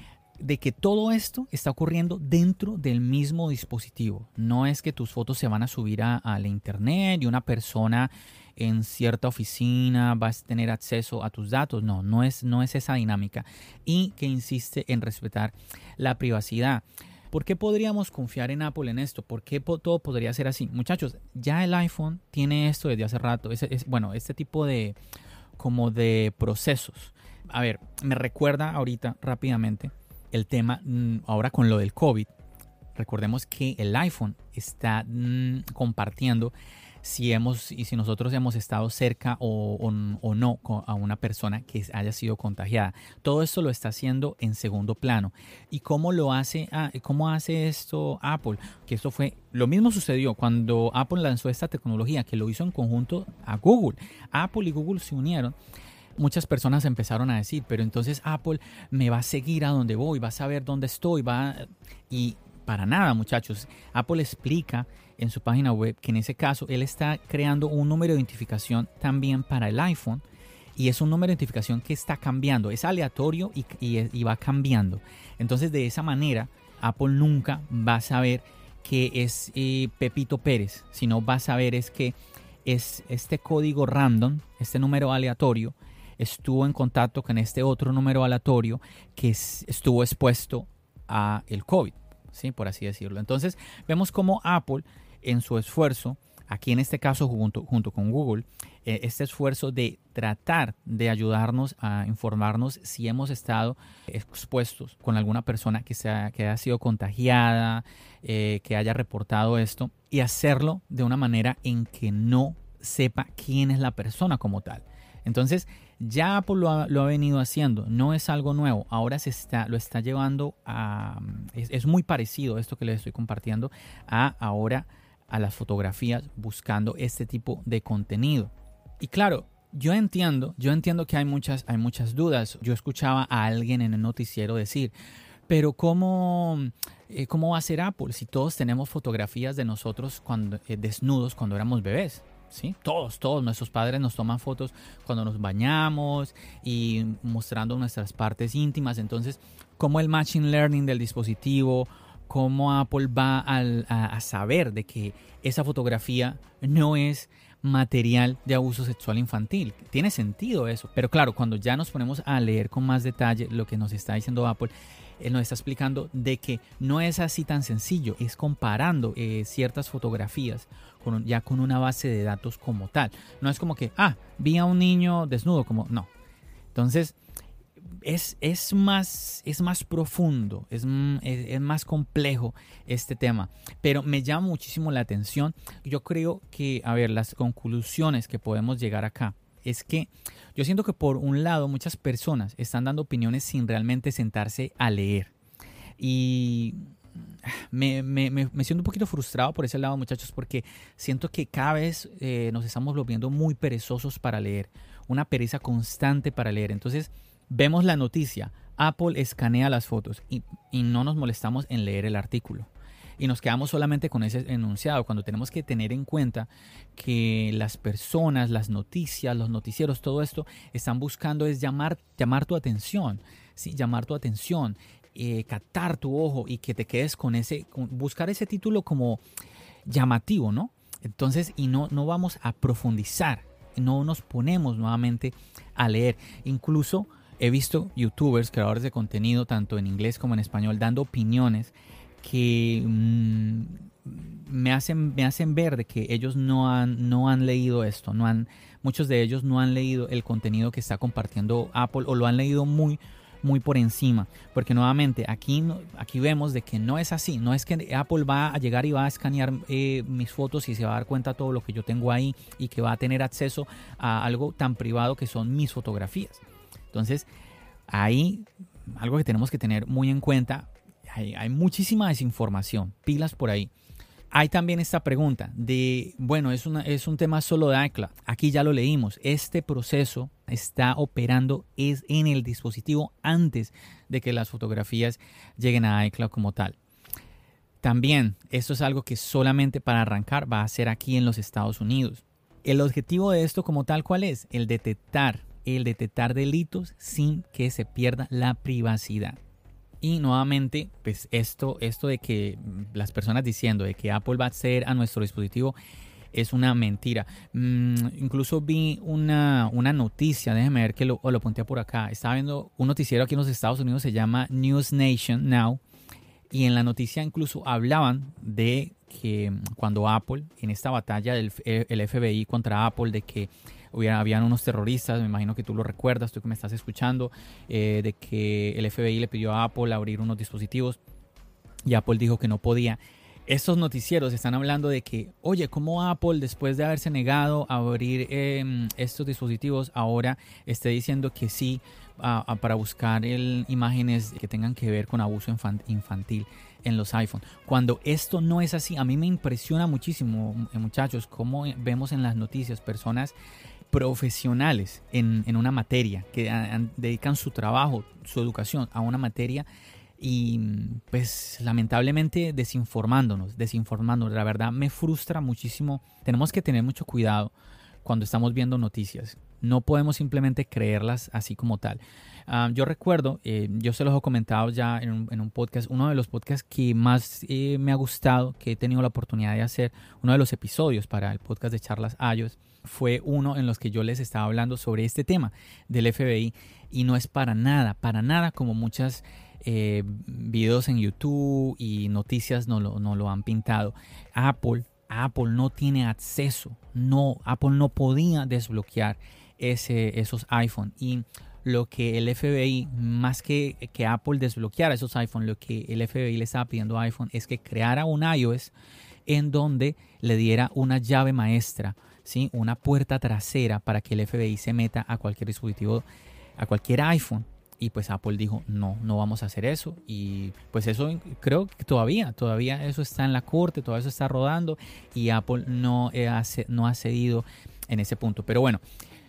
De que todo esto está ocurriendo dentro del mismo dispositivo. No es que tus fotos se van a subir a, a la internet y una persona en cierta oficina va a tener acceso a tus datos. No, no es, no es esa dinámica. Y que insiste en respetar la privacidad. ¿Por qué podríamos confiar en Apple en esto? ¿Por qué po todo podría ser así? Muchachos, ya el iPhone tiene esto desde hace rato. Es, es, bueno, este tipo de, como de procesos. A ver, me recuerda ahorita rápidamente el tema mmm, ahora con lo del COVID. Recordemos que el iPhone está mmm, compartiendo si hemos y si nosotros hemos estado cerca o, o, o no a una persona que haya sido contagiada. Todo esto lo está haciendo en segundo plano. ¿Y cómo lo hace? Ah, ¿cómo hace esto Apple? Que esto fue lo mismo sucedió cuando Apple lanzó esta tecnología, que lo hizo en conjunto a Google. Apple y Google se unieron. Muchas personas empezaron a decir, pero entonces Apple me va a seguir a donde voy, va a saber dónde estoy, va a... y para nada, muchachos. Apple explica en su página web que en ese caso él está creando un número de identificación también para el iPhone y es un número de identificación que está cambiando, es aleatorio y, y, y va cambiando. Entonces de esa manera Apple nunca va a saber que es eh, Pepito Pérez, sino va a saber es que es este código random, este número aleatorio, estuvo en contacto con este otro número aleatorio que es, estuvo expuesto a el COVID, ¿sí? Por así decirlo. Entonces vemos cómo Apple en su esfuerzo, aquí en este caso junto, junto con Google, eh, este esfuerzo de tratar de ayudarnos a informarnos si hemos estado expuestos con alguna persona que, sea, que haya sido contagiada, eh, que haya reportado esto, y hacerlo de una manera en que no sepa quién es la persona como tal. Entonces ya Apple lo ha, lo ha venido haciendo, no es algo nuevo, ahora se está, lo está llevando a, es, es muy parecido esto que les estoy compartiendo a ahora a las fotografías buscando este tipo de contenido. Y claro, yo entiendo, yo entiendo que hay muchas, hay muchas dudas. Yo escuchaba a alguien en el noticiero decir, pero ¿cómo, eh, cómo va a ser Apple si todos tenemos fotografías de nosotros cuando, eh, desnudos cuando éramos bebés? ¿Sí? Todos, todos nuestros padres nos toman fotos cuando nos bañamos y mostrando nuestras partes íntimas. Entonces, ¿cómo el machine learning del dispositivo cómo Apple va al, a, a saber de que esa fotografía no es material de abuso sexual infantil. Tiene sentido eso, pero claro, cuando ya nos ponemos a leer con más detalle lo que nos está diciendo Apple, él nos está explicando de que no es así tan sencillo, es comparando eh, ciertas fotografías con, ya con una base de datos como tal. No es como que, ah, vi a un niño desnudo, como no. Entonces, es, es, más, es más profundo, es, es, es más complejo este tema, pero me llama muchísimo la atención. Yo creo que, a ver, las conclusiones que podemos llegar acá es que yo siento que por un lado muchas personas están dando opiniones sin realmente sentarse a leer. Y me, me, me, me siento un poquito frustrado por ese lado, muchachos, porque siento que cada vez eh, nos estamos volviendo muy perezosos para leer. Una pereza constante para leer. Entonces vemos la noticia, Apple escanea las fotos y, y no nos molestamos en leer el artículo. Y nos quedamos solamente con ese enunciado, cuando tenemos que tener en cuenta que las personas, las noticias, los noticieros, todo esto están buscando es llamar, llamar tu atención, ¿sí? Llamar tu atención, eh, captar tu ojo y que te quedes con ese, con, buscar ese título como llamativo, ¿no? Entonces, y no, no vamos a profundizar, no nos ponemos nuevamente a leer. Incluso he visto youtubers, creadores de contenido, tanto en inglés como en español, dando opiniones que mmm, me hacen me hacen ver de que ellos no han no han leído esto, no han muchos de ellos no han leído el contenido que está compartiendo Apple o lo han leído muy muy por encima, porque nuevamente aquí aquí vemos de que no es así, no es que Apple va a llegar y va a escanear eh, mis fotos y se va a dar cuenta de todo lo que yo tengo ahí y que va a tener acceso a algo tan privado que son mis fotografías. Entonces, ahí algo que tenemos que tener muy en cuenta. Hay, hay muchísima desinformación, pilas por ahí. Hay también esta pregunta de, bueno, es, una, es un tema solo de iCloud. Aquí ya lo leímos. Este proceso está operando es en el dispositivo antes de que las fotografías lleguen a iCloud como tal. También, esto es algo que solamente para arrancar va a ser aquí en los Estados Unidos. El objetivo de esto como tal, ¿cuál es? El detectar, el detectar delitos sin que se pierda la privacidad. Y nuevamente, pues esto, esto de que las personas diciendo de que Apple va a acceder a nuestro dispositivo es una mentira. Mm, incluso vi una, una noticia, déjeme ver que lo, lo apunté por acá. Estaba viendo un noticiero aquí en los Estados Unidos, se llama News Nation Now. Y en la noticia incluso hablaban de que cuando Apple, en esta batalla del el F B I contra Apple, de que hubiera, habían unos terroristas, me imagino que tú lo recuerdas, tú que me estás escuchando, eh, de que el F B I le pidió a Apple abrir unos dispositivos y Apple dijo que no podía. Estos noticieros están hablando de que, oye, ¿cómo Apple, después de haberse negado a abrir eh, estos dispositivos, ahora esté diciendo que sí a, a, para buscar el, imágenes que tengan que ver con abuso infantil en los iPhone? Cuando esto no es así, a mí me impresiona muchísimo, muchachos, cómo vemos en las noticias personas profesionales en, en una materia, que a, a, dedican su trabajo, su educación a una materia y pues lamentablemente desinformándonos, desinformándonos. La verdad me frustra muchísimo. Tenemos que tener mucho cuidado cuando estamos viendo noticias. No podemos simplemente creerlas así como tal. Uh, yo recuerdo, eh, yo se los he comentado ya en un, en un podcast, uno de los podcasts que más eh, me ha gustado, que he tenido la oportunidad de hacer, uno de los episodios para el podcast de Charlas iOS, fue uno en los que yo les estaba hablando sobre este tema del F B I y no es para nada, para nada como muchas eh, videos en YouTube y noticias no lo, no lo han pintado. Apple, Apple no tiene acceso, no, Apple no podía desbloquear ese, esos iPhone y lo que el F B I, más que que Apple desbloqueara esos iPhone, lo que el F B I le estaba pidiendo a iPhone es que creara un iOS en donde le diera una llave maestra, ¿sí? Una puerta trasera para que el F B I se meta a cualquier dispositivo, a cualquier iPhone. Y pues Apple dijo, no, no vamos a hacer eso. Y pues eso creo que todavía, todavía eso está en la corte, todo eso está rodando y Apple no, ha, no ha cedido en ese punto. Pero bueno,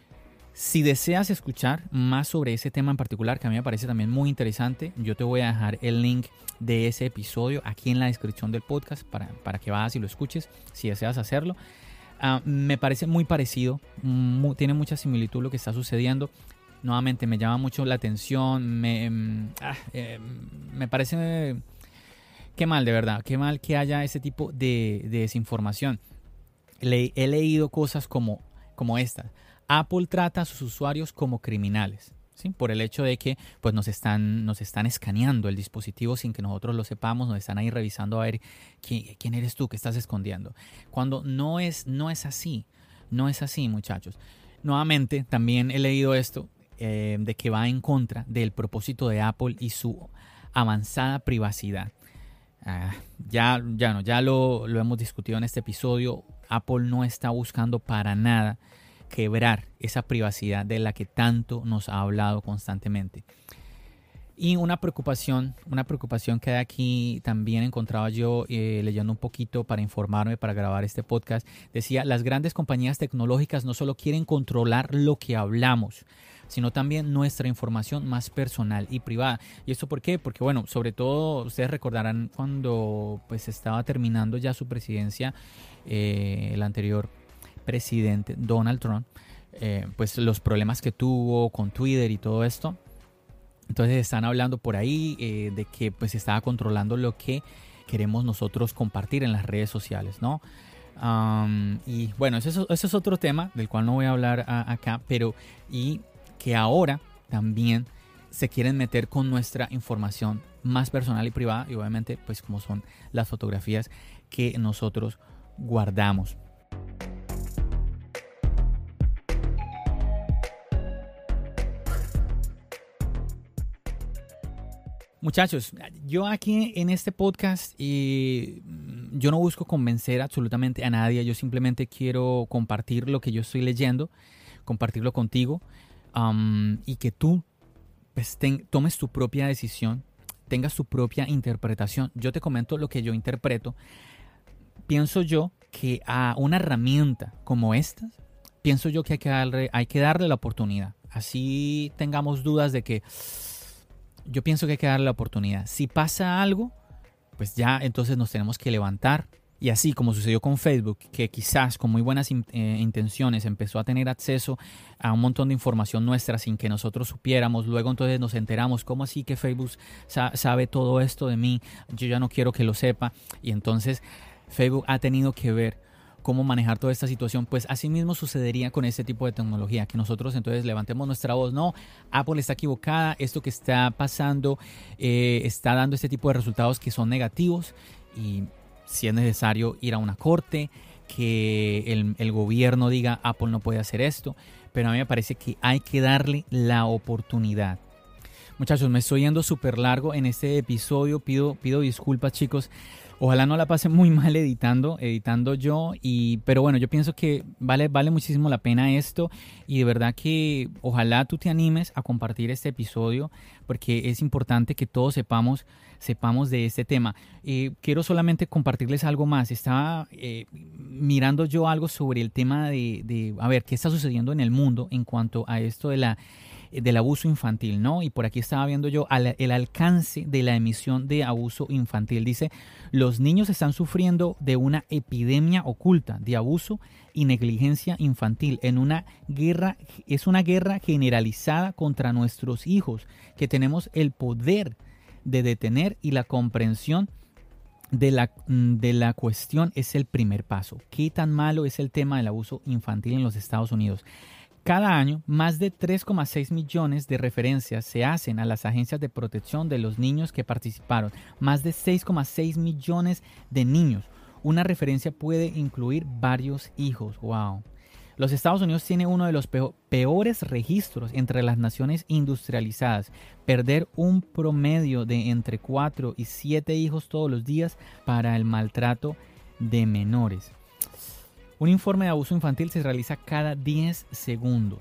si deseas escuchar más sobre ese tema en particular, que a mí me parece también muy interesante, yo te voy a dejar el link de ese episodio aquí en la descripción del podcast para, para que vayas y lo escuches, si deseas hacerlo. Uh, me parece muy parecido, muy, tiene mucha similitud lo que está sucediendo. Nuevamente me llama mucho la atención, me, ah, eh, me parece Qué mal, de verdad, qué mal que haya ese tipo de, de desinformación. Le, he leído cosas como, como esta. Apple trata a sus usuarios como criminales, ¿sí? Por el hecho de que pues, nos, están, nos están escaneando el dispositivo sin que nosotros lo sepamos, nos están ahí revisando a ver quién, quién eres tú, qué estás escondiendo. Cuando no es, no es así, no es así, muchachos. Nuevamente, también he leído esto eh, de que va en contra del propósito de Apple y su avanzada privacidad. Uh, ya, ya, no, ya lo, lo hemos discutido en este episodio. Apple no está buscando para nada quebrar esa privacidad de la que tanto nos ha hablado constantemente. Y una preocupación, una preocupación que aquí también encontraba yo eh, leyendo un poquito para informarme, para grabar este podcast, decía, las grandes compañías tecnológicas no solo quieren controlar lo que hablamos, sino también nuestra información más personal y privada. ¿Y esto por qué? Porque, bueno, sobre todo ustedes recordarán cuando pues estaba terminando ya su presidencia, eh, el anterior presidente Donald Trump, eh, pues los problemas que tuvo con Twitter y todo esto. Entonces están hablando por ahí eh, de que pues estaba controlando lo que queremos nosotros compartir en las redes sociales, ¿no? Um, y bueno, ese es, ese es otro tema del cual no voy a hablar a, acá, pero y que ahora también se quieren meter con nuestra información más personal y privada y obviamente pues como son las fotografías que nosotros guardamos. Muchachos, yo aquí en este podcast eh, yo no busco convencer absolutamente a nadie, yo simplemente quiero compartir lo que yo estoy leyendo, compartirlo contigo um, y que tú pues, ten, tomes tu propia decisión, tengas tu propia interpretación. Yo te comento lo que yo interpreto. Pienso yo que a una herramienta como esta, pienso yo que hay que darle, hay que darle la oportunidad. Así tengamos dudas de que yo pienso que hay que darle la oportunidad. Si pasa algo, pues ya entonces nos tenemos que levantar. Y así como sucedió con Facebook, que quizás con muy buenas in, eh, intenciones empezó a tener acceso a un montón de información nuestra sin que nosotros supiéramos. Luego entonces nos enteramos, ¿cómo así que Facebook sa- sabe todo esto de mí? Yo ya no quiero que lo sepa. Y entonces Facebook ha tenido que ver cómo manejar toda esta situación. Pues así mismo sucedería con este tipo de tecnología, que nosotros entonces levantemos nuestra voz. No, Apple está equivocada, esto que está pasando eh, está dando este tipo de resultados que son negativos y si es necesario ir a una corte, que el, el gobierno diga Apple no puede hacer esto, pero a mí me parece que hay que darle la oportunidad. Muchachos, me estoy yendo súper largo en este episodio, pido, pido disculpas, chicos. Ojalá no la pase muy mal editando, editando yo, y, pero bueno, yo pienso que vale, vale muchísimo la pena esto y de verdad que ojalá tú te animes a compartir este episodio porque es importante que todos sepamos, sepamos de este tema. Eh, quiero solamente compartirles algo más. Estaba eh, mirando yo algo sobre el tema de, de, a ver, qué está sucediendo en el mundo en cuanto a esto de la del abuso infantil, ¿no? Y por aquí estaba viendo yo al, el alcance de la emisión de abuso infantil. Dice, los niños están sufriendo de una epidemia oculta de abuso y negligencia infantil en una guerra, es una guerra generalizada contra nuestros hijos que tenemos el poder de detener y la comprensión de la, de la cuestión es el primer paso. ¿Qué tan malo es el tema del abuso infantil en los Estados Unidos? Cada año, más de tres coma seis millones de referencias se hacen a las agencias de protección de los niños que participaron. Más de seis coma seis millones de niños. Una referencia puede incluir varios hijos. ¡Wow! Los Estados Unidos tiene uno de los peores registros entre las naciones industrializadas. Perder un promedio de entre cuatro y siete hijos todos los días para el maltrato de menores. Un informe de abuso infantil se realiza cada diez segundos.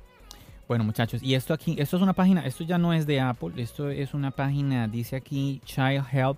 Bueno, muchachos, y esto aquí, esto es una página, esto ya no es de Apple, esto es una página, dice aquí child help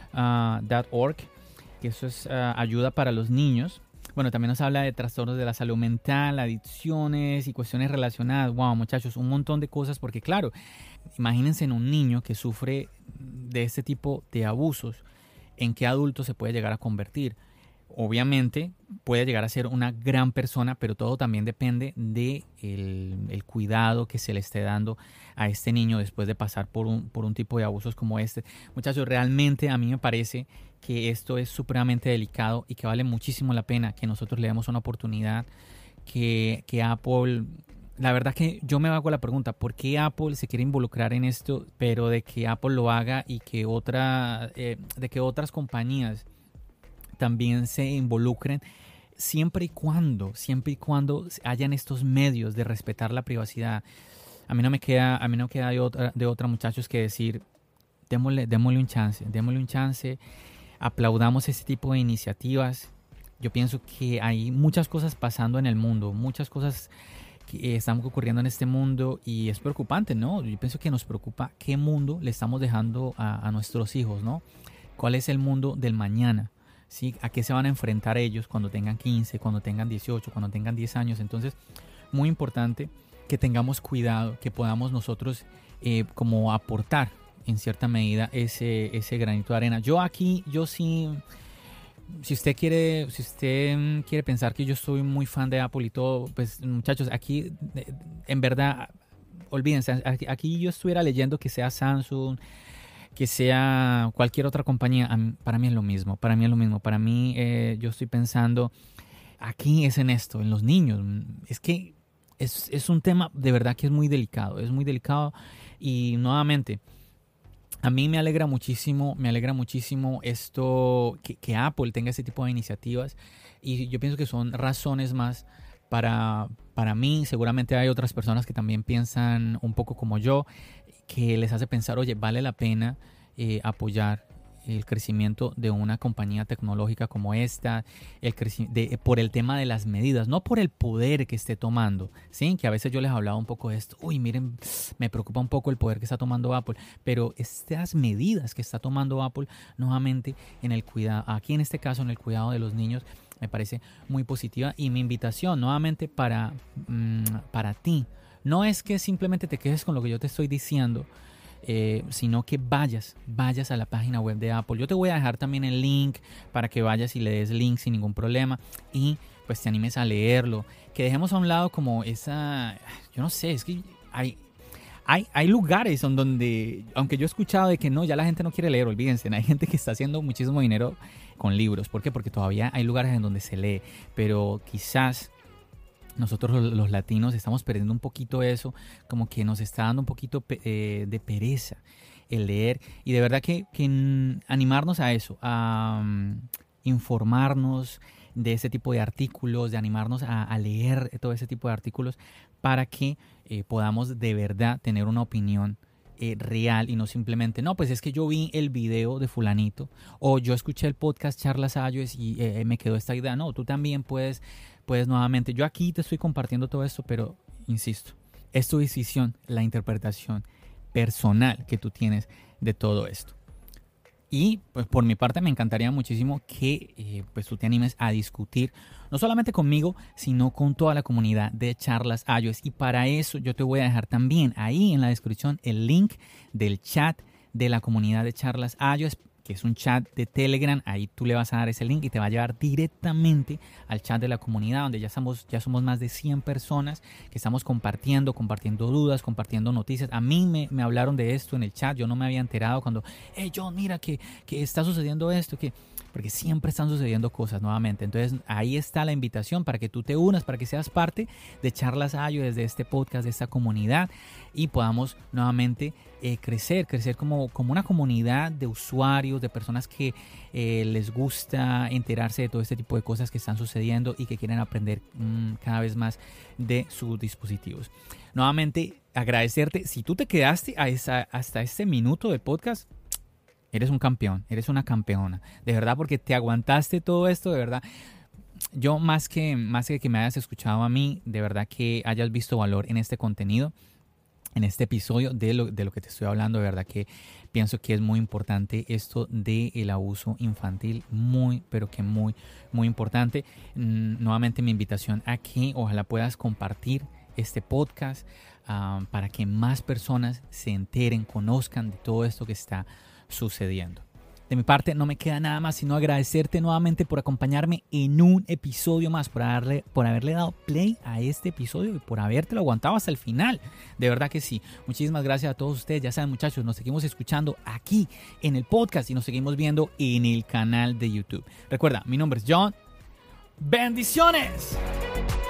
punto org, que eso es uh, ayuda para los niños. Bueno, también nos habla de trastornos de la salud mental, adicciones y cuestiones relacionadas. Wow, muchachos, un montón de cosas, porque claro, imagínense en un niño que sufre de este tipo de abusos, ¿en qué adulto se puede llegar a convertir? obviamente puede llegar a ser una gran persona, pero todo también depende de el, el cuidado que se le esté dando a este niño después de pasar por un, por un tipo de abusos como este. Muchachos, realmente a mí me parece que esto es supremamente delicado y que vale muchísimo la pena que nosotros le demos una oportunidad, que, que Apple... La verdad que yo me hago la pregunta, ¿por qué Apple se quiere involucrar en esto, pero de que Apple lo haga y que otra, eh, de que otras compañías también se involucren, siempre y cuando, siempre y cuando hayan estos medios de respetar la privacidad? A mí no me queda, a mí no queda de otra, de otra muchachos que decir, démosle, démosle un chance, démosle un chance, aplaudamos este tipo de iniciativas. Yo pienso que hay muchas cosas pasando en el mundo, muchas cosas que están ocurriendo en este mundo y es preocupante, ¿no? Yo pienso que nos preocupa qué mundo le estamos dejando a, a nuestros hijos, ¿no? ¿Cuál es el mundo del mañana? ¿Sí? ¿A qué se van a enfrentar ellos cuando tengan quince, cuando tengan dieciocho, cuando tengan diez años? Entonces, muy importante que tengamos cuidado, que podamos nosotros eh, como aportar en cierta medida ese, ese granito de arena. Yo aquí, yo sí... Si usted quiere, si usted quiere pensar que yo soy muy fan de Apple y todo, pues muchachos, aquí en verdad, olvídense, aquí, aquí yo estuviera leyendo que sea Samsung, que sea cualquier otra compañía, para mí es lo mismo, para mí es lo mismo, para mí eh, yo estoy pensando, aquí es en esto, en los niños, es que es, es un tema de verdad que es muy delicado, es muy delicado y nuevamente, a mí me alegra muchísimo, me alegra muchísimo esto, que, que Apple tenga ese tipo de iniciativas y yo pienso que son razones más para, para mí. Seguramente hay otras personas que también piensan un poco como yo, que les hace pensar, oye, vale la pena eh, apoyar el crecimiento de una compañía tecnológica como esta, el de, por el tema de las medidas, no por el poder que esté tomando, ¿sí? Que a veces yo les hablaba un poco de esto, uy, miren, me preocupa un poco el poder que está tomando Apple, pero estas medidas que está tomando Apple nuevamente en el cuidado, aquí en este caso en el cuidado de los niños, me parece muy positiva y mi invitación nuevamente para, mmm, para ti, no es que simplemente te quedes con lo que yo te estoy diciendo, Eh, sino que vayas, vayas a la página web de Apple. Yo te voy a dejar también el link para que vayas y le des link sin ningún problema y pues te animes a leerlo. Que dejemos a un lado como esa, yo no sé, es que hay, hay, hay lugares en donde, aunque yo he escuchado de que no, ya la gente no quiere leer, olvídense, hay gente que está haciendo muchísimo dinero con libros. ¿Por qué? Porque todavía hay lugares en donde se lee, pero quizás nosotros los, los latinos estamos perdiendo un poquito eso, como que nos está dando un poquito eh, de pereza el leer y de verdad que, que animarnos a eso, a um, informarnos de ese tipo de artículos, de animarnos a, a leer todo ese tipo de artículos para que eh, podamos de verdad tener una opinión Eh, real y no simplemente, no, pues es que yo vi el video de fulanito o yo escuché el podcast Charlas iOS y eh, me quedó esta idea. No, tú también puedes, puedes nuevamente. Yo aquí te estoy compartiendo todo esto, pero insisto, es tu decisión, la interpretación personal que tú tienes de todo esto. Y pues por mi parte me encantaría muchísimo que eh, pues tú te animes a discutir, no solamente conmigo, sino con toda la comunidad de Charlas iOS. Y para eso yo te voy a dejar también ahí en la descripción el link del chat de la comunidad de Charlas iOS, que es un chat de Telegram. Ahí tú le vas a dar ese link y te va a llevar directamente al chat de la comunidad, donde ya somos, ya somos más de cien personas que estamos compartiendo, compartiendo dudas, compartiendo noticias. A mí me, me hablaron de esto en el chat, yo no me había enterado cuando, hey John, mira que, que está sucediendo esto, que... porque siempre están sucediendo cosas nuevamente. Entonces ahí está la invitación para que tú te unas, para que seas parte de Charlas iOS, desde este podcast, de esta comunidad y podamos nuevamente eh, crecer, crecer como, como una comunidad de usuarios, de personas que eh, les gusta enterarse de todo este tipo de cosas que están sucediendo y que quieren aprender mmm, cada vez más de sus dispositivos. Nuevamente agradecerte, si tú te quedaste a esa, hasta este minuto del podcast, eres un campeón, eres una campeona, de verdad, porque te aguantaste todo esto, de verdad. Yo más que, más que que me hayas escuchado a mí, de verdad que hayas visto valor en este contenido, en este episodio de lo, de lo que te estoy hablando, de verdad que pienso que es muy importante esto del abuso infantil, muy, pero que muy, muy importante. Mm, nuevamente mi invitación a que ojalá puedas compartir este podcast uh, para que más personas se enteren, conozcan de todo esto que está sucediendo. De mi parte no me queda nada más sino agradecerte nuevamente por acompañarme en un episodio más, por haberle, por haberle dado play a este episodio y por habértelo aguantado hasta el final. De verdad que sí. Muchísimas gracias a todos ustedes. Ya saben, muchachos, nos seguimos escuchando aquí en el podcast y nos seguimos viendo en el canal de YouTube. Recuerda, mi nombre es John. ¡Bendiciones!